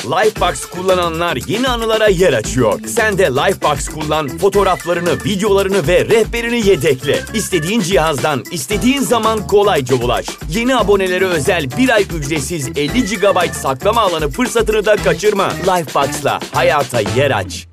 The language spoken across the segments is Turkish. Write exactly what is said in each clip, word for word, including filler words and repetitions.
Lifebox kullananlar yeni anılara yer açıyor. Sen de Lifebox kullan, fotoğraflarını, videolarını ve rehberini yedekle. İstediğin cihazdan, istediğin zaman kolayca ulaş. Yeni abonelere özel bir ay ücretsiz elli gigabayt saklama alanı fırsatını da kaçırma. Lifebox'la hayata yer aç.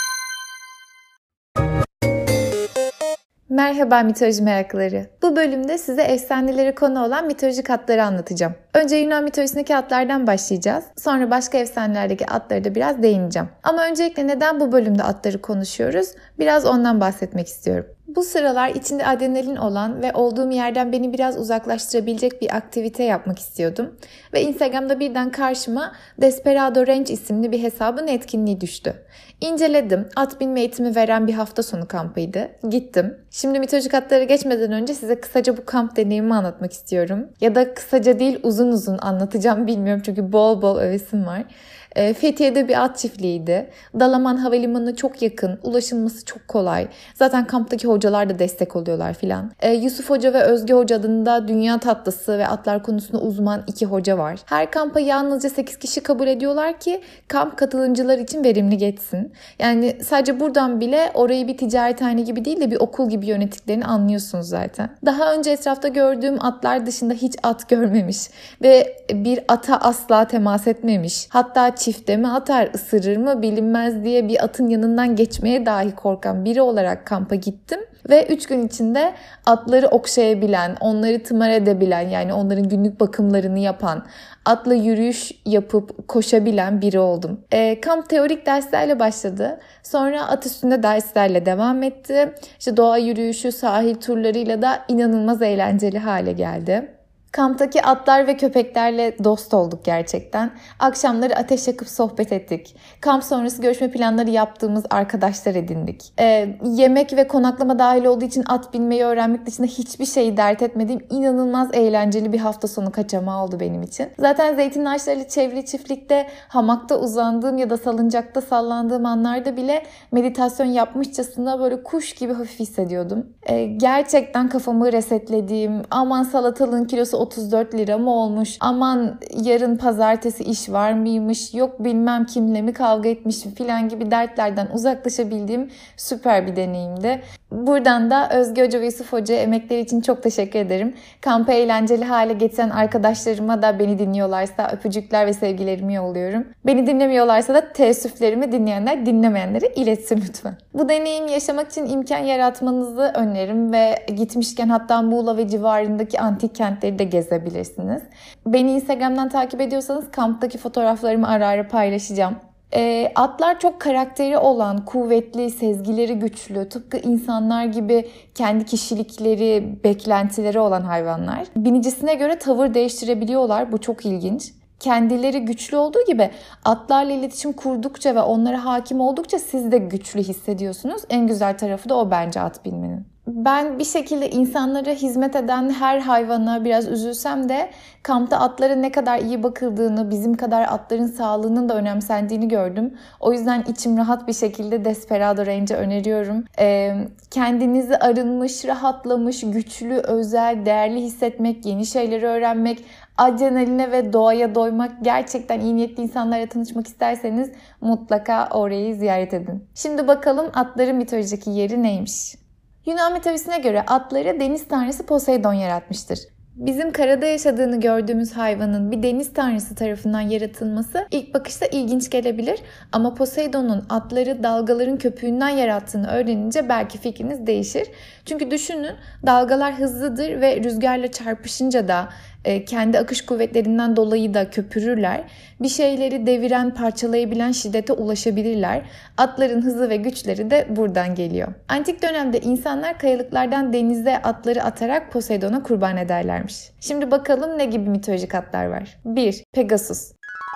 Merhaba mitoloji merakları. Bu bölümde size efsanelere konu olan mitolojik atları anlatacağım. Önce Yunan mitolojisindeki atlardan başlayacağız. Sonra başka efsanelerdeki atları da biraz değineceğim. Ama öncelikle neden bu bölümde atları konuşuyoruz? Biraz ondan bahsetmek istiyorum. Bu sıralar içinde adrenalin olan ve olduğum yerden beni biraz uzaklaştırabilecek bir aktivite yapmak istiyordum. Ve Instagram'da birden karşıma Desperado Ranch isimli bir hesabın etkinliği düştü. İnceledim. At binme eğitimi veren bir hafta sonu kampıydı. Gittim. Şimdi mitolojik atlara geçmeden önce size kısaca bu kamp deneyimimi anlatmak istiyorum. Ya da kısaca değil uzun uzun anlatacağım bilmiyorum çünkü bol bol övesim var. Fethiye'de bir at çiftliğiydi. Dalaman Havalimanı'na çok yakın, ulaşılması çok kolay. Zaten kamptaki hocalar da destek oluyorlar filan. Yusuf Hoca ve Özge Hoca adında dünya tatlısı ve atlar konusunda uzman iki hoca var. Her kampa yalnızca sekiz kişi kabul ediyorlar ki kamp katılımcılar için verimli geçsin. Yani sadece buradan bile orayı bir ticarethane gibi değil de bir okul gibi yönettiklerini anlıyorsunuz zaten. Daha önce etrafta gördüğüm atlar dışında hiç at görmemiş ve bir ata asla temas etmemiş. Hatta çifte mi atar, ısırır mı bilinmez diye bir atın yanından geçmeye dahi korkan biri olarak kampa gittim. Ve üç gün içinde atları okşayabilen, onları tımar edebilen yani onların günlük bakımlarını yapan, atla yürüyüş yapıp koşabilen biri oldum. E, kamp teorik derslerle başladı. Sonra at üstünde derslerle devam etti. İşte doğa yürüyüşü, sahil turlarıyla da inanılmaz eğlenceli hale geldi. Kamptaki atlar ve köpeklerle dost olduk gerçekten. Akşamları ateş yakıp sohbet ettik. Kamp sonrası görüşme planları yaptığımız arkadaşlar edindik. Ee, yemek ve konaklama dahil olduğu için at binmeyi öğrenmek dışında hiçbir şeyi dert etmediğim inanılmaz eğlenceli bir hafta sonu kaçamağı oldu benim için. Zaten zeytin ağaçlarıyla çevrili çiftlikte hamakta uzandığım ya da salıncakta sallandığım anlarda bile meditasyon yapmışçasına böyle kuş gibi hafif hissediyordum. Ee, gerçekten kafamı resetlediğim, aman salatalığın kilosu otuz dört lira mı olmuş? Aman yarın pazartesi iş var mıymış? Yok bilmem kimle mi kavga etmişim filan gibi dertlerden uzaklaşabildiğim süper bir deneyimdi. Buradan da Özge Hoca ve Yusuf Hoca emekleri için çok teşekkür ederim. Kampı eğlenceli hale getiren arkadaşlarıma da beni dinliyorlarsa öpücükler ve sevgilerimi yolluyorum. Beni dinlemiyorlarsa da teessüflerimi dinleyenler dinlemeyenlere iletsin lütfen. Bu deneyimi yaşamak için imkan yaratmanızı öneririm ve gitmişken hatta Muğla ve civarındaki antik kentleri de gezebilirsiniz. Beni Instagram'dan takip ediyorsanız kamptaki fotoğraflarımı ara ara paylaşacağım. E, atlar çok karakteri olan, kuvvetli, sezgileri güçlü, tıpkı insanlar gibi kendi kişilikleri, beklentileri olan hayvanlar. Binicisine göre tavır değiştirebiliyorlar. Bu çok ilginç. Kendileri güçlü olduğu gibi atlarla iletişim kurdukça ve onlara hakim oldukça siz de güçlü hissediyorsunuz. En güzel tarafı da o bence at binmenin. Ben bir şekilde insanlara hizmet eden her hayvana biraz üzülsem de kampta atlara ne kadar iyi bakıldığını, bizim kadar atların sağlığının da önemsendiğini gördüm. O yüzden içim rahat bir şekilde Desperado Range'i öneriyorum. Ee, kendinizi arınmış, rahatlamış, güçlü, özel, değerli hissetmek, yeni şeyleri öğrenmek, adrenaline ve doğaya doymak, gerçekten iyi niyetli insanlarla tanışmak isterseniz mutlaka orayı ziyaret edin. Şimdi bakalım atların mitolojideki yeri neymiş? Yunan mitolojisine göre atları deniz tanrısı Poseidon yaratmıştır. Bizim karada yaşadığını gördüğümüz hayvanın bir deniz tanrısı tarafından yaratılması ilk bakışta ilginç gelebilir ama Poseidon'un atları dalgaların köpüğünden yarattığını öğrenince belki fikriniz değişir. Çünkü düşünün, dalgalar hızlıdır ve rüzgarla çarpışınca da kendi akış kuvvetlerinden dolayı da köpürürler. Bir şeyleri deviren, parçalayabilen şiddete ulaşabilirler. Atların hızı ve güçleri de buradan geliyor. Antik dönemde insanlar kayalıklardan denize atları atarak Poseidon'a kurban ederlermiş. Şimdi bakalım ne gibi mitolojik atlar var. bir. Pegasus.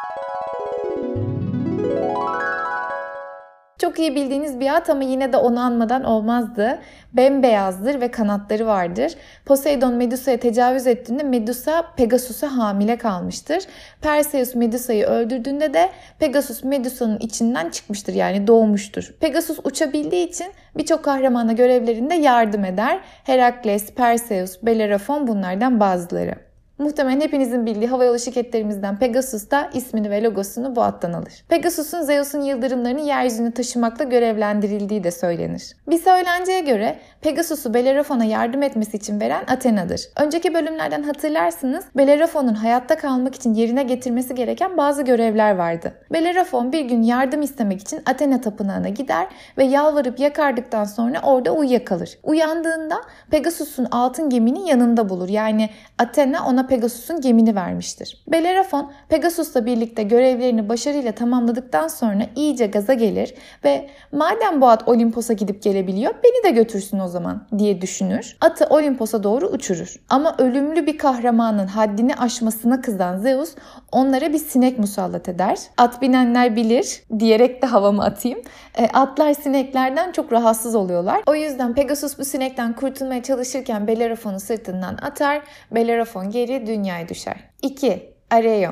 Çok iyi bildiğiniz bir at ama yine de onu anmadan olmazdı. Bembeyazdır ve kanatları vardır. Poseidon Medusa'ya tecavüz ettiğinde Medusa Pegasus'a hamile kalmıştır. Perseus Medusa'yı öldürdüğünde de Pegasus Medusa'nın içinden çıkmıştır, yani doğmuştur. Pegasus uçabildiği için birçok kahramana görevlerinde yardım eder. Herakles, Perseus, Bellerophon bunlardan bazıları. Muhtemelen hepinizin bildiği havayolu şirketlerimizden Pegasus da ismini ve logosunu bu attan alır. Pegasus'un Zeus'un yıldırımlarını yeryüzüne taşımakla görevlendirildiği de söylenir. Bir söylenceye göre Pegasus'u Bellerofon'a yardım etmesi için veren Athena'dır. Önceki bölümlerden hatırlarsınız, Bellerofon'un hayatta kalmak için yerine getirmesi gereken bazı görevler vardı. Bellerofon bir gün yardım istemek için Athena tapınağına gider ve yalvarıp yakardıktan sonra orada uyuyakalır. Uyandığında Pegasus'un altın gemini yanında bulur. Yani Athena ona Pegasus'un gemini vermiştir. Bellerofon Pegasus'la birlikte görevlerini başarıyla tamamladıktan sonra iyice gaza gelir ve madem bu at Olimpos'a gidip gelebiliyor, beni de götürsün o zaman diye düşünür. Atı Olimpos'a doğru uçurur. Ama ölümlü bir kahramanın haddini aşmasına kızan Zeus onlara bir sinek musallat eder. At binenler bilir diyerek de havamı atayım. E, atlar sineklerden çok rahatsız oluyorlar. O yüzden Pegasus bu sinekten kurtulmaya çalışırken Bellerofon'u sırtından atar. Bellerofon geri dünyaya düşer. iki. Areion.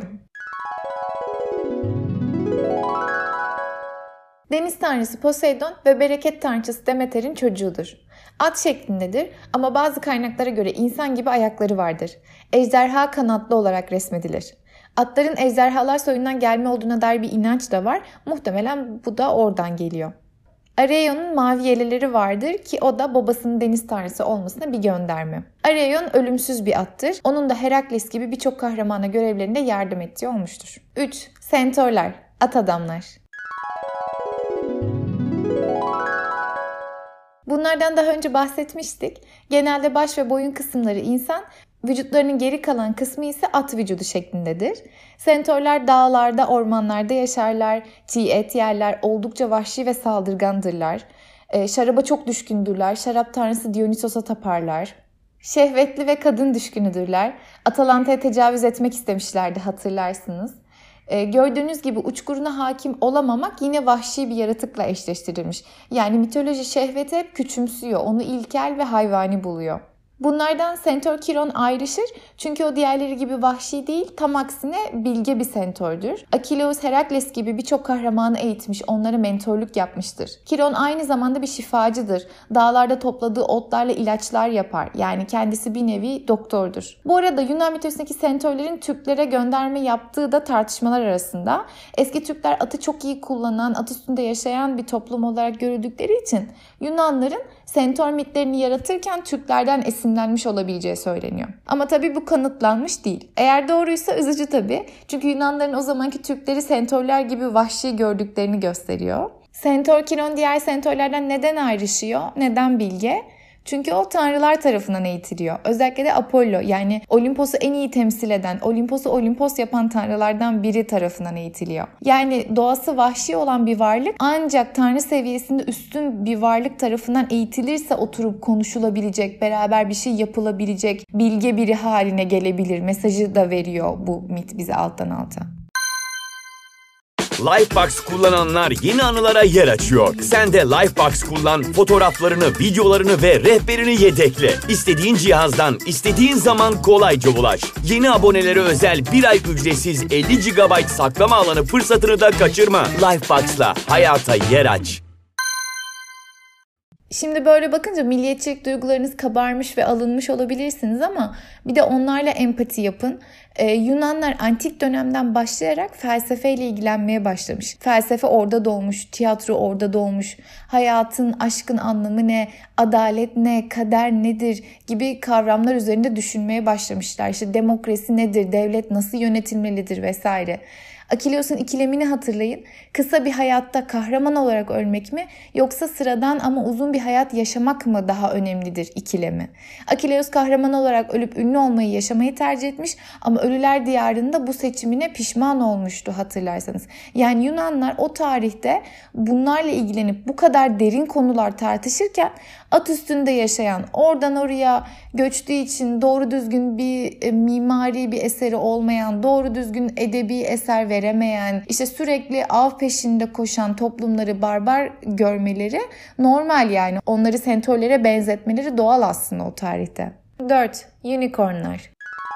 Deniz tanrısı Poseidon ve bereket tanrıçası Demeter'in çocuğudur. At şeklindedir ama bazı kaynaklara göre insan gibi ayakları vardır. Ejderha kanatlı olarak resmedilir. Atların ejderhalar soyundan gelme olduğuna dair bir inanç da var. Muhtemelen bu da oradan geliyor. Areion'un mavi yeleleri vardır ki o da babasının deniz tanrısı olmasına bir gönderme. Areion ölümsüz bir attır. Onun da Herakles gibi birçok kahramana görevlerinde yardım ettiği olmuştur. üç. Sentorlar, at adamlar. Bunlardan daha önce bahsetmiştik. Genelde baş ve boyun kısımları insan, vücutlarının geri kalan kısmı ise at vücudu şeklindedir. Sentorlar dağlarda, ormanlarda yaşarlar, çiğ et yerler, oldukça vahşi ve saldırgandırlar. E, şaraba çok düşkündürler, şarap tanrısı Dionysos'a taparlar. Şehvetli ve kadın düşkünüdürler. Atalanta'ya tecavüz etmek istemişlerdi, hatırlarsınız. E, gördüğünüz gibi uçkuruna hakim olamamak yine vahşi bir yaratıkla eşleştirilmiş. Yani mitoloji şehveti hep küçümsüyor, onu ilkel ve hayvani buluyor. Bunlardan Sentor Kiron ayrışır çünkü o diğerleri gibi vahşi değil, tam aksine bilge bir sentordur. Akileus Herakles gibi birçok kahramanı eğitmiş, onlara mentorluk yapmıştır. Kiron aynı zamanda bir şifacıdır. Dağlarda topladığı otlarla ilaçlar yapar. Yani kendisi bir nevi doktordur. Bu arada Yunan mitolojisindeki sentorların Türklere gönderme yaptığı da tartışmalar arasında. Eski Türkler atı çok iyi kullanan, at üstünde yaşayan bir toplum olarak görüldükleri için Yunanların sentor mitlerini yaratırken Türklerden esinlenmiş olabileceği söyleniyor. Ama tabii bu kanıtlanmış değil. Eğer doğruysa üzücü tabii. Çünkü Yunanların o zamanki Türkleri sentorlar gibi vahşi gördüklerini gösteriyor. Sentor Kiron diğer sentorlardan neden ayrışıyor? Neden bilge? Çünkü o tanrılar tarafından eğitiliyor. Özellikle de Apollo, yani Olimpos'u en iyi temsil eden, Olimpos'u Olimpos yapan tanrılardan biri tarafından eğitiliyor. Yani doğası vahşi olan bir varlık ancak tanrı seviyesinde üstün bir varlık tarafından eğitilirse oturup konuşulabilecek, beraber bir şey yapılabilecek, bilge biri haline gelebilir. Mesajı da veriyor bu mit bize alttan alta. Lifebox kullananlar yeni anılara yer açıyor. Sen de Lifebox kullan, fotoğraflarını, videolarını ve rehberini yedekle. İstediğin cihazdan, istediğin zaman kolayca ulaş. Yeni abonelere özel bir ay ücretsiz elli gigabayt saklama alanı fırsatını da kaçırma. Lifebox'la hayata yer aç. Şimdi böyle bakınca milliyetçilik duygularınız kabarmış ve alınmış olabilirsiniz ama bir de onlarla empati yapın. Ee, Yunanlar antik dönemden başlayarak felsefeyle ilgilenmeye başlamış. Felsefe orada doğmuş, tiyatro orada doğmuş. Hayatın, aşkın anlamı ne, adalet ne, kader nedir gibi kavramlar üzerinde düşünmeye başlamışlar. İşte demokrasi nedir, devlet nasıl yönetilmelidir vesaire. Akileus'un ikilemini hatırlayın. Kısa bir hayatta kahraman olarak ölmek mi yoksa sıradan ama uzun bir hayat yaşamak mı daha önemlidir ikilemi? Akileus kahraman olarak ölüp ünlü olmayı yaşamayı tercih etmiş ama ölüler diyarında bu seçimine pişman olmuştu, hatırlarsanız. Yani Yunanlar o tarihte bunlarla ilgilenip bu kadar derin konular tartışırken at üstünde yaşayan, oradan oraya göçtüğü için doğru düzgün bir e, mimari bir eseri olmayan, doğru düzgün edebi eser veremeyen, işte sürekli av peşinde koşan toplumları barbar görmeleri normal yani. Onları sentorlere benzetmeleri doğal aslında o tarihte. dört. Unicornlar.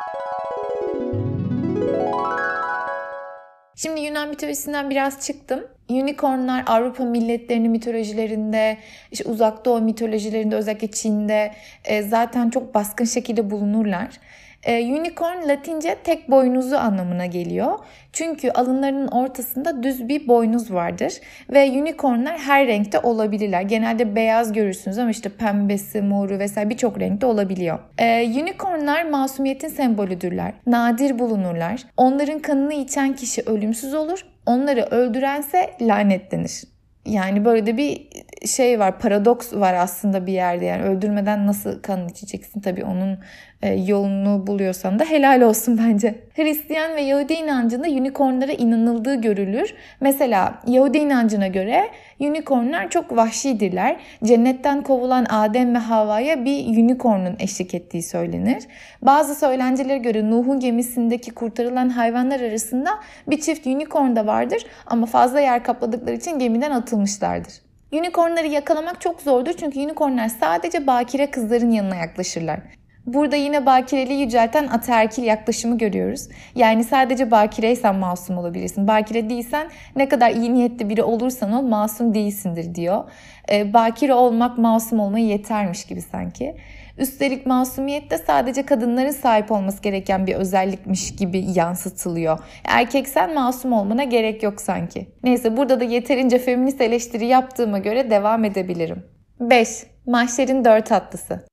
Şimdi Yunan mitolojisinden biraz çıktım. Unicornlar Avrupa milletlerinin mitolojilerinde, işte Uzak Doğu mitolojilerinde, özellikle Çin'de e, zaten çok baskın şekilde bulunurlar. E, unicorn Latince tek boynuzlu anlamına geliyor. Çünkü alınlarının ortasında düz bir boynuz vardır. Ve unicornlar her renkte olabilirler. Genelde beyaz görürsünüz ama işte pembesi, moru vesaire birçok renkte olabiliyor. E, unicornlar masumiyetin sembolüdürler. Nadir bulunurlar. Onların kanını içen kişi ölümsüz olur. Onları öldürense lanetlenir. Yani böyle de bir şey var, paradoks var aslında bir yerde. Yani öldürmeden nasıl kan içeceksin? Tabii onun e, yolunu buluyorsan da helal olsun bence. Hristiyan ve Yahudi inancında unicornlara inanıldığı görülür. Mesela Yahudi inancına göre unicornlar çok vahşidirler. Cennetten kovulan Adem ve Havva'ya bir unicornun eşlik ettiği söylenir. Bazı söylencelere göre Nuh'un gemisindeki kurtarılan hayvanlar arasında bir çift unicorn da vardır ama fazla yer kapladıkları için gemiden atılmışlardır. Unicornları yakalamak çok zordur çünkü unicornlar sadece bakire kızların yanına yaklaşırlar. Burada yine bakireliği yücelten ataerkil yaklaşımı görüyoruz. Yani sadece bakireysen masum olabilirsin. Bakire değilsen ne kadar iyi niyetli biri olursan ol masum değilsindir diyor. Ee, bakire olmak masum olmaya yetermiş gibi sanki. Üstelik masumiyet de sadece kadınların sahip olması gereken bir özellikmiş gibi yansıtılıyor. Erkeksen masum olmana gerek yok sanki. Neyse burada da yeterince feminist eleştiri yaptığıma göre devam edebilirim. beş. Mahşerin dört atlısı.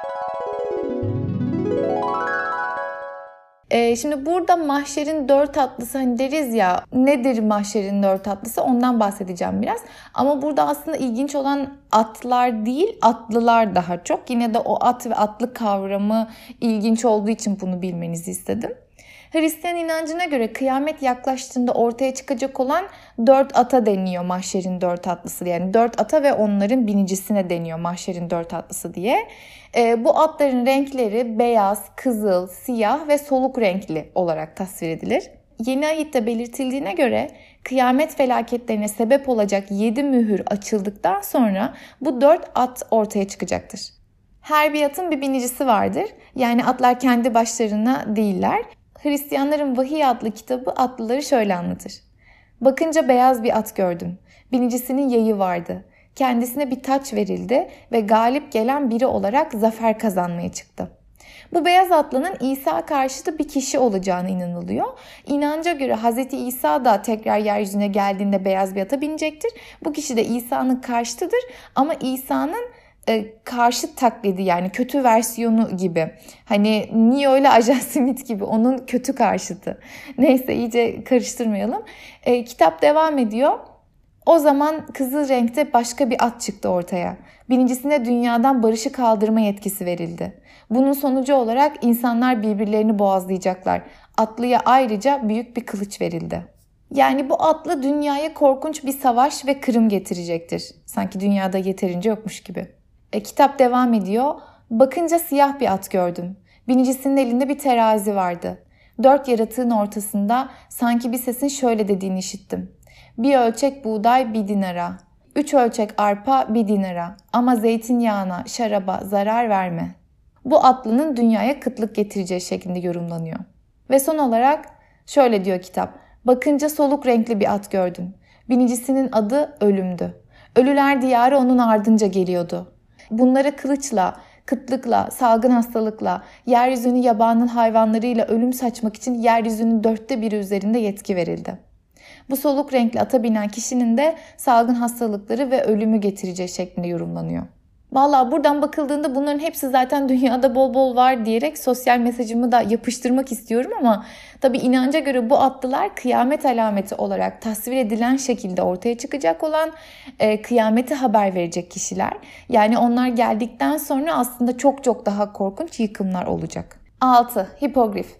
Ee, şimdi burada mahşerin dört atlısı hani deriz ya, nedir mahşerin dört atlısı ondan bahsedeceğim biraz. Ama burada aslında ilginç olan atlar değil atlılar daha çok. Yine de o at ve atlı kavramı ilginç olduğu için bunu bilmenizi istedim. Hristiyan inancına göre kıyamet yaklaştığında ortaya çıkacak olan dört ata deniyor mahşerin dört atlısı. Yani dört ata ve onların binicisine deniyor mahşerin dört atlısı diye. E, bu atların renkleri beyaz, kızıl, siyah ve soluk renkli olarak tasvir edilir. Yeni Ahit'te belirtildiğine göre kıyamet felaketlerine sebep olacak yedi mühür açıldıktan sonra bu dört at ortaya çıkacaktır. Her bir atın bir binicisi vardır. Yani atlar kendi başlarına değiller. Hristiyanların Vahiy adlı kitabı atlıları şöyle anlatır. Bakınca beyaz bir at gördüm. Binicisinin yayı vardı. Kendisine bir taç verildi ve galip gelen biri olarak zafer kazanmaya çıktı. Bu beyaz atlının İsa karşıtı bir kişi olacağına inanılıyor. İnanca göre Hazreti İsa da tekrar yeryüzüne geldiğinde beyaz bir ata binecektir. Bu kişi de İsa'nın karşıtıdır ama İsa'nın e, karşıt taklidi yani kötü versiyonu gibi. Hani Neo ile Ajan Smith gibi onun kötü karşıtı. Neyse iyice karıştırmayalım. E, kitap devam ediyor. O zaman kızıl renkte başka bir at çıktı ortaya. Birincisine dünyadan barışı kaldırma yetkisi verildi. Bunun sonucu olarak insanlar birbirlerini boğazlayacaklar. Atlıya ayrıca büyük bir kılıç verildi. Yani bu atlı dünyaya korkunç bir savaş ve kırım getirecektir. Sanki dünyada yeterince yokmuş gibi. E, kitap devam ediyor. Bakınca siyah bir at gördüm. Binicisinin elinde bir terazi vardı. Dört yaratığın ortasında sanki bir sesin şöyle dediğini işittim. Bir ölçek buğday bir dinara, üç ölçek arpa bir dinara ama zeytinyağına, şaraba zarar verme. Bu atlının dünyaya kıtlık getireceği şeklinde yorumlanıyor. Ve son olarak şöyle diyor kitap. Bakınca soluk renkli bir at gördüm. Binicisinin adı Ölüm'dü. Ölüler diyarı onun ardınca geliyordu. Bunlara kılıçla, kıtlıkla, salgın hastalıkla, yeryüzünü yabanın hayvanlarıyla ölüm saçmak için yeryüzünün dörtte biri üzerinde yetki verildi. Bu soluk renkli ata binen kişinin de salgın hastalıkları ve ölümü getireceği şeklinde yorumlanıyor. Vallahi buradan bakıldığında bunların hepsi zaten dünyada bol bol var diyerek sosyal mesajımı da yapıştırmak istiyorum ama tabii inanca göre bu atlılar kıyamet alameti olarak tasvir edilen şekilde ortaya çıkacak olan e, kıyameti haber verecek kişiler. Yani onlar geldikten sonra aslında çok çok daha korkunç yıkımlar olacak. altı. Hipogrif.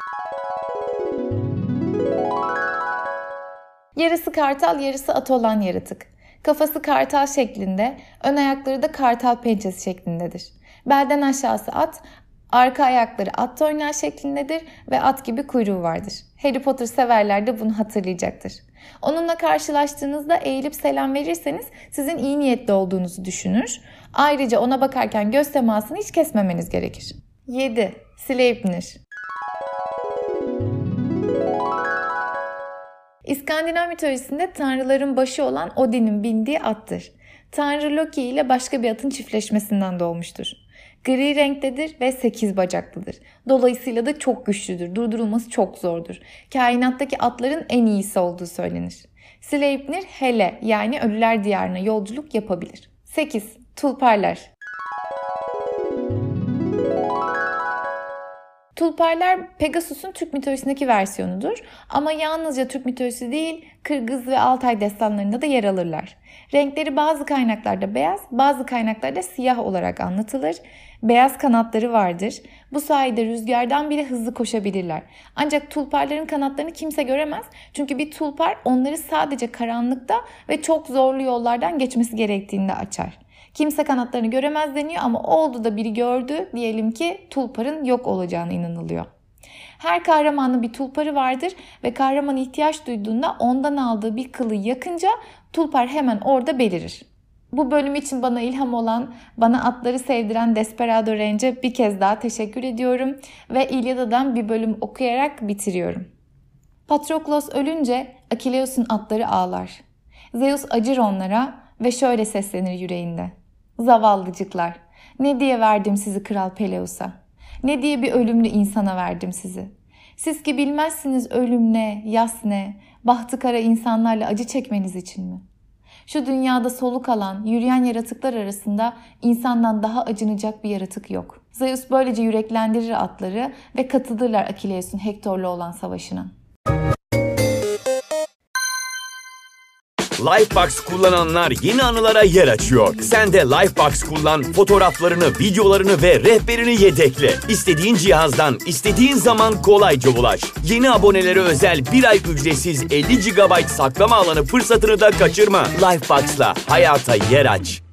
Yarısı kartal, yarısı at olan yaratık. Kafası kartal şeklinde, ön ayakları da kartal pençesi şeklindedir. Belden aşağısı at, arka ayakları at toynağı şeklindedir ve at gibi kuyruğu vardır. Harry Potter severler de bunu hatırlayacaktır. Onunla karşılaştığınızda eğilip selam verirseniz sizin iyi niyetli olduğunuzu düşünür. Ayrıca ona bakarken göz temasını hiç kesmemeniz gerekir. yedi. Sleipnir. İskandinav mitolojisinde tanrıların başı olan Odin'in bindiği attır. Tanrı Loki ile başka bir atın çiftleşmesinden doğmuştur. Gri renktedir ve sekiz bacaklıdır. Dolayısıyla da çok güçlüdür. Durdurulması çok zordur. Kainattaki atların en iyisi olduğu söylenir. Sleipnir hele yani ölüler diyarına yolculuk yapabilir. sekiz. Tulparlar. Tulparlar Pegasus'un Türk mitolojisindeki versiyonudur ama yalnızca Türk mitolojisi değil, Kırgız ve Altay destanlarında da yer alırlar. Renkleri bazı kaynaklarda beyaz, bazı kaynaklarda siyah olarak anlatılır. Beyaz kanatları vardır. Bu sayede rüzgardan bile hızlı koşabilirler. Ancak tulparların kanatlarını kimse göremez. Çünkü bir tulpar onları sadece karanlıkta ve çok zorlu yollardan geçmesi gerektiğinde açar. Kimse kanatlarını göremez deniyor ama oldu da biri gördü, diyelim ki tulparın yok olacağına inanılıyor. Her kahramanın bir tulparı vardır ve kahraman ihtiyaç duyduğunda ondan aldığı bir kılı yakınca tulpar hemen orada belirir. Bu bölüm için bana ilham olan, bana atları sevdiren Desperado Range'e bir kez daha teşekkür ediyorum ve İlyada'dan bir bölüm okuyarak bitiriyorum. Patroklos ölünce Akileus'un atları ağlar. Zeus acır onlara ve şöyle seslenir yüreğinde. Zavallıcıklar, ne diye verdim sizi Kral Peleus'a? Ne diye bir ölümlü insana verdim sizi? Siz ki bilmezsiniz ölüm ne, yas ne, bahtı kara insanlarla acı çekmeniz için mi? Şu dünyada soluk alan, yürüyen yaratıklar arasında insandan daha acınacak bir yaratık yok. Zeus böylece yüreklendirir atları ve katılırlar Akileus'un Hektor'la olan savaşına. Lifebox kullananlar yeni anılara yer açıyor. Sen de Lifebox kullan, fotoğraflarını, videolarını ve rehberini yedekle. İstediğin cihazdan, istediğin zaman kolayca ulaş. Yeni abonelere özel bir ay ücretsiz elli gigabayt saklama alanı fırsatını da kaçırma. Lifebox'la hayata yer aç.